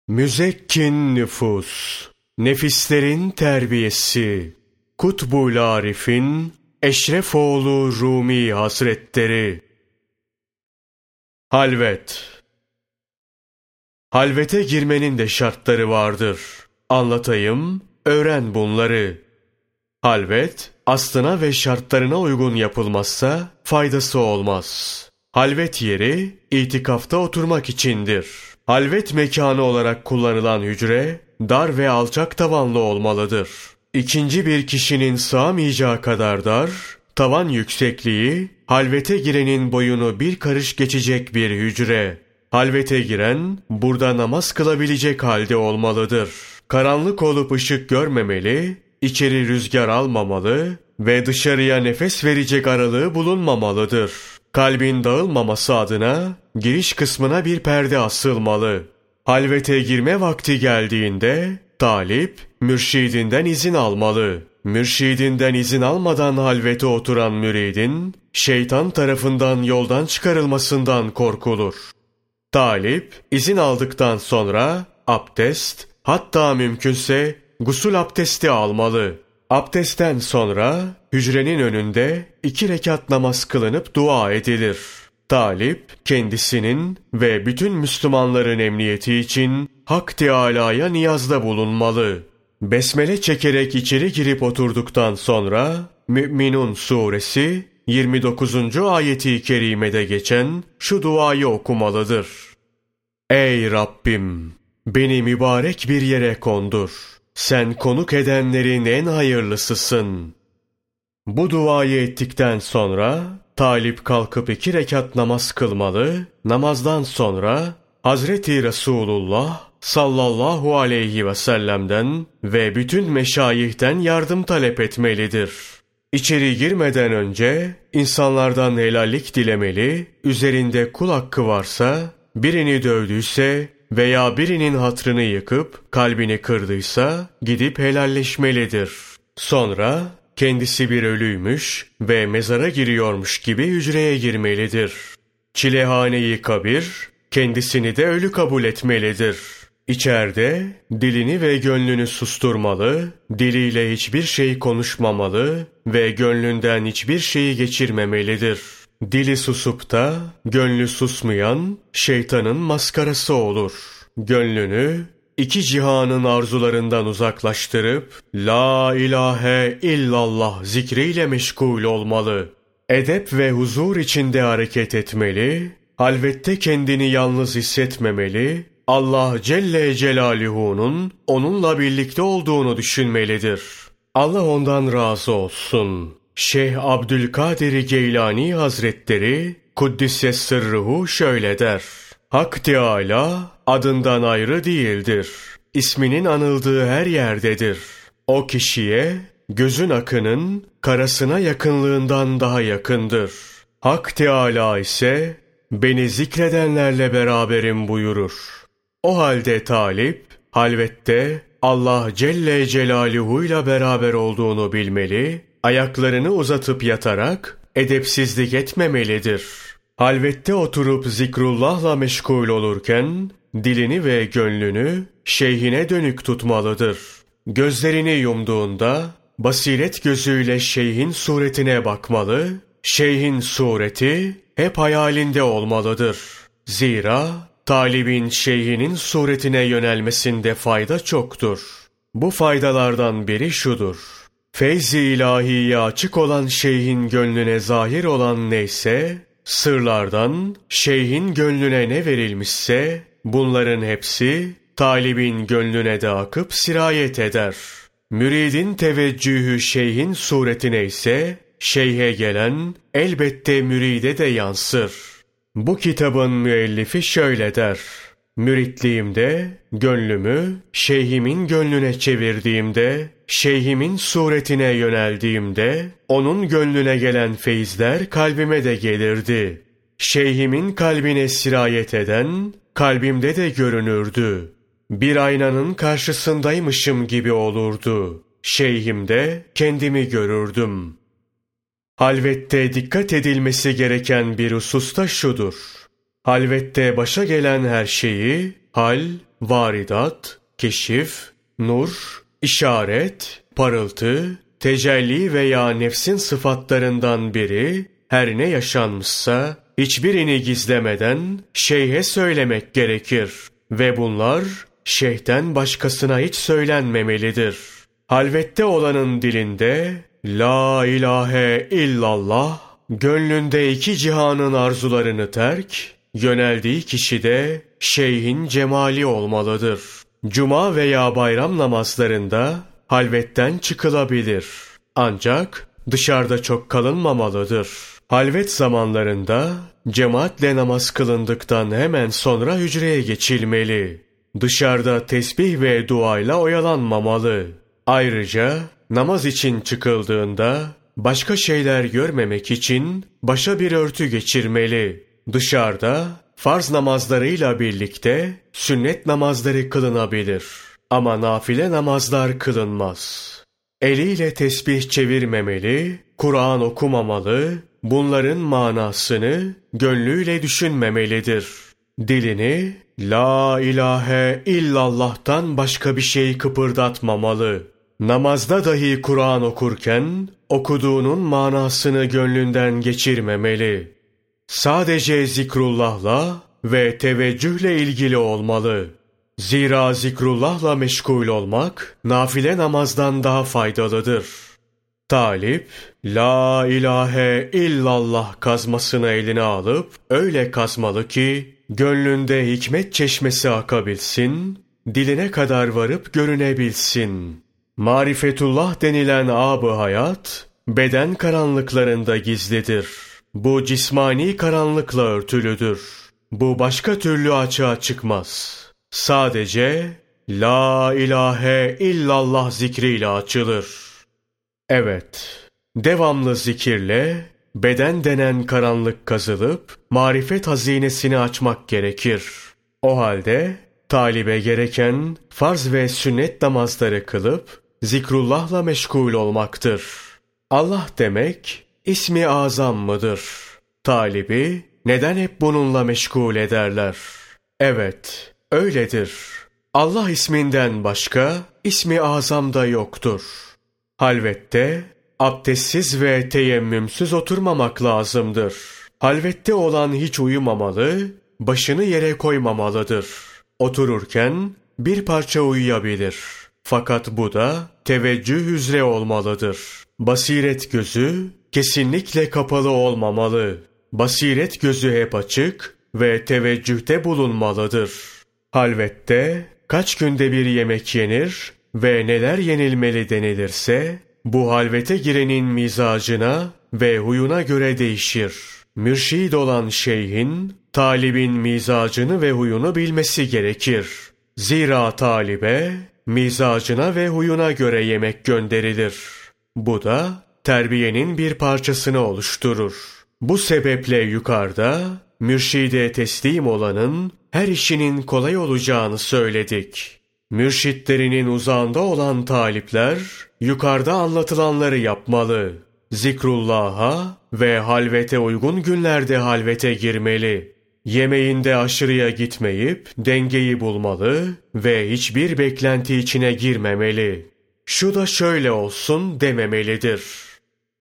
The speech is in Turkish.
Müzekkin nüfus, nefislerin terbiyesi, Kutbul Arif'in Eşrefoğlu Rumi Hazretleri. Halvet. Halvete girmenin de şartları vardır. Anlatayım, öğren bunları. Halvet, aslına ve şartlarına uygun yapılmazsa faydası olmaz. Halvet yeri, itikafta oturmak içindir. Halvet mekanı olarak kullanılan hücre, dar ve alçak tavanlı olmalıdır. İkinci bir kişinin sığamayacağı kadar dar, tavan yüksekliği, halvete girenin boyunu bir karış geçecek bir hücre. Halvete giren, burada namaz kılabilecek halde olmalıdır. Karanlık olup ışık görmemeli, içeri rüzgar almamalı ve dışarıya nefes verecek aralığı bulunmamalıdır. Kalbin dağılmaması adına giriş kısmına bir perde asılmalı. Halvete girme vakti geldiğinde talip mürşidinden izin almalı. Mürşidinden izin almadan halvete oturan müridin şeytan tarafından yoldan çıkarılmasından korkulur. Talip izin aldıktan sonra abdest, hatta mümkünse gusül abdesti almalı. Abdestten sonra hücrenin önünde 2 rekat namaz kılınıp dua edilir. Talip kendisinin ve bütün Müslümanların emniyeti için Hak Teâlâ'ya niyazda bulunmalı. Besmele çekerek içeri girip oturduktan sonra Mü'minun suresi 29. ayeti kerimede geçen şu duayı okumalıdır. Ey Rabbim! Beni mübarek bir yere kondur. Sen konuk edenlerin en hayırlısısın. Bu duayı ettikten sonra talip kalkıp 2 rekat namaz kılmalı. Namazdan sonra Hazreti Resulullah sallallahu aleyhi ve sellem'den ve bütün meşayihten yardım talep etmelidir. İçeri girmeden önce insanlardan helallik dilemeli, üzerinde kul hakkı varsa, birini dövdüyse veya birinin hatrını yıkıp kalbini kırdıysa gidip helalleşmelidir. Sonra kendisi bir ölüymüş ve mezara giriyormuş gibi hücreye girmelidir. Çilehane-i kabir kendisini de ölü kabul etmelidir. İçeride dilini ve gönlünü susturmalı, diliyle hiçbir şey konuşmamalı ve gönlünden hiçbir şeyi geçirmemelidir. Dili susup da gönlü susmayan şeytanın maskarası olur. Gönlünü 2 cihanın arzularından uzaklaştırıp La ilahe illallah zikriyle meşgul olmalı. Edep ve huzur içinde hareket etmeli, halvette kendini yalnız hissetmemeli, Allah Celle Celaluhu'nun onunla birlikte olduğunu düşünmelidir. Allah ondan razı olsun. Şeyh Abdülkadir Geylani Hazretleri Kuddise Sırruhu şöyle der. Hak Teâlâ adından ayrı değildir. İsminin anıldığı her yerdedir. O kişiye gözün akının karasına yakınlığından daha yakındır. Hak Teâlâ ise beni zikredenlerle beraberim buyurur. O halde talip halvette Allah Celle Celaluhu ile beraber olduğunu bilmeli, ayaklarını uzatıp yatarak edepsizlik etmemelidir. Halvette oturup zikrullahla meşgul olurken dilini ve gönlünü şeyhine dönük tutmalıdır. Gözlerini yumduğunda basiret gözüyle şeyhin suretine bakmalı, şeyhin sureti hep hayalinde olmalıdır. Zira talibin şeyhinin suretine yönelmesinde fayda çoktur. Bu faydalardan biri şudur. Feyz-i ilahiye açık olan şeyhin gönlüne zahir olan neyse, sırlardan şeyhin gönlüne ne verilmişse, bunların hepsi talibin gönlüne de akıp sirayet eder. Müridin teveccühü şeyhin suretine ise, şeyhe gelen elbette müride de yansır. Bu kitabın müellifi şöyle der. Müritliğimde gönlümü şeyhimin gönlüne çevirdiğimde, şeyhimin suretine yöneldiğimde, onun gönlüne gelen feyizler kalbime de gelirdi. Şeyhimin kalbine sirayet eden, kalbimde de görünürdü. Bir aynanın karşısındaymışım gibi olurdu. Şeyhimde kendimi görürdüm. Halvette dikkat edilmesi gereken bir husus da şudur. Halvette başa gelen her şeyi hal, varidat, keşif, nur, işaret, parıltı, tecelli veya nefsin sıfatlarından biri her ne yaşanmışsa hiçbirini gizlemeden şeyhe söylemek gerekir ve bunlar şeyhten başkasına hiç söylenmemelidir. Halvette olanın dilinde La ilahe illallah, gönlünde iki cihanın arzularını terk, yöneldiği kişi de şeyhin cemali olmalıdır. Cuma veya bayram namazlarında halvetten çıkılabilir. Ancak dışarıda çok kalınmamalıdır. Halvet zamanlarında cemaatle namaz kılındıktan hemen sonra hücreye geçilmeli. Dışarıda tesbih ve duayla oyalanmamalı. Ayrıca namaz için çıkıldığında başka şeyler görmemek için başa bir örtü geçirmeli. Dışarıda farz namazlarıyla birlikte sünnet namazları kılınabilir. Ama nafile namazlar kılınmaz. Eliyle tesbih çevirmemeli, Kur'an okumamalı, bunların manasını gönlüyle düşünmemelidir. Dilini La ilahe illallah'tan başka bir şey kıpırdatmamalı. Namazda dahi Kur'an okurken okuduğunun manasını gönlünden geçirmemeli. Sadece zikrullahla ve teveccühle ilgili olmalı. Zira zikrullahla meşgul olmak nafile namazdan daha faydalıdır. Talip, La ilahe illallah kazmasını eline alıp öyle kazmalı ki gönlünde hikmet çeşmesi akabilsin, diline kadar varıp görünebilsin. Marifetullah denilen ab-ı hayat, beden karanlıklarında gizlidir. Bu cismani karanlıkla örtülüdür. Bu başka türlü açığa çıkmaz. Sadece La ilahe illallah zikriyle açılır. Evet, devamlı zikirle beden denen karanlık kazılıp marifet hazinesini açmak gerekir. O halde talibe gereken farz ve sünnet namazları kılıp zikrullahla meşgul olmaktır. Allah demek ismi azam mıdır? Talibi neden hep bununla meşgul ederler? Evet, öyledir. Allah isminden başka ismi azam da yoktur. Halvette abdestsiz ve teyemmümsüz oturmamak lazımdır. Halvette olan hiç uyumamalı, başını yere koymamalıdır. Otururken bir parça uyuyabilir. Fakat bu da teveccüh üzere olmalıdır. Basiret gözü kesinlikle kapalı olmamalı. Basiret gözü hep açık ve teveccühte bulunmalıdır. Halvette kaç günde bir yemek yenir ve neler yenilmeli denilirse, bu halvete girenin mizacına ve huyuna göre değişir. Mürşid olan şeyhin, talibin mizacını ve huyunu bilmesi gerekir. Zira talibe, mizacına ve huyuna göre yemek gönderilir. Bu da terbiyenin bir parçasını oluşturur. Bu sebeple yukarıda, mürşide teslim olanın her işinin kolay olacağını söyledik. Mürşitlerinin uzağında olan talipler, yukarıda anlatılanları yapmalı. Zikrullah'a ve halvete uygun günlerde halvete girmeli. Yemeğinde aşırıya gitmeyip dengeyi bulmalı ve hiçbir beklenti içine girmemeli. Şu da şöyle olsun dememelidir.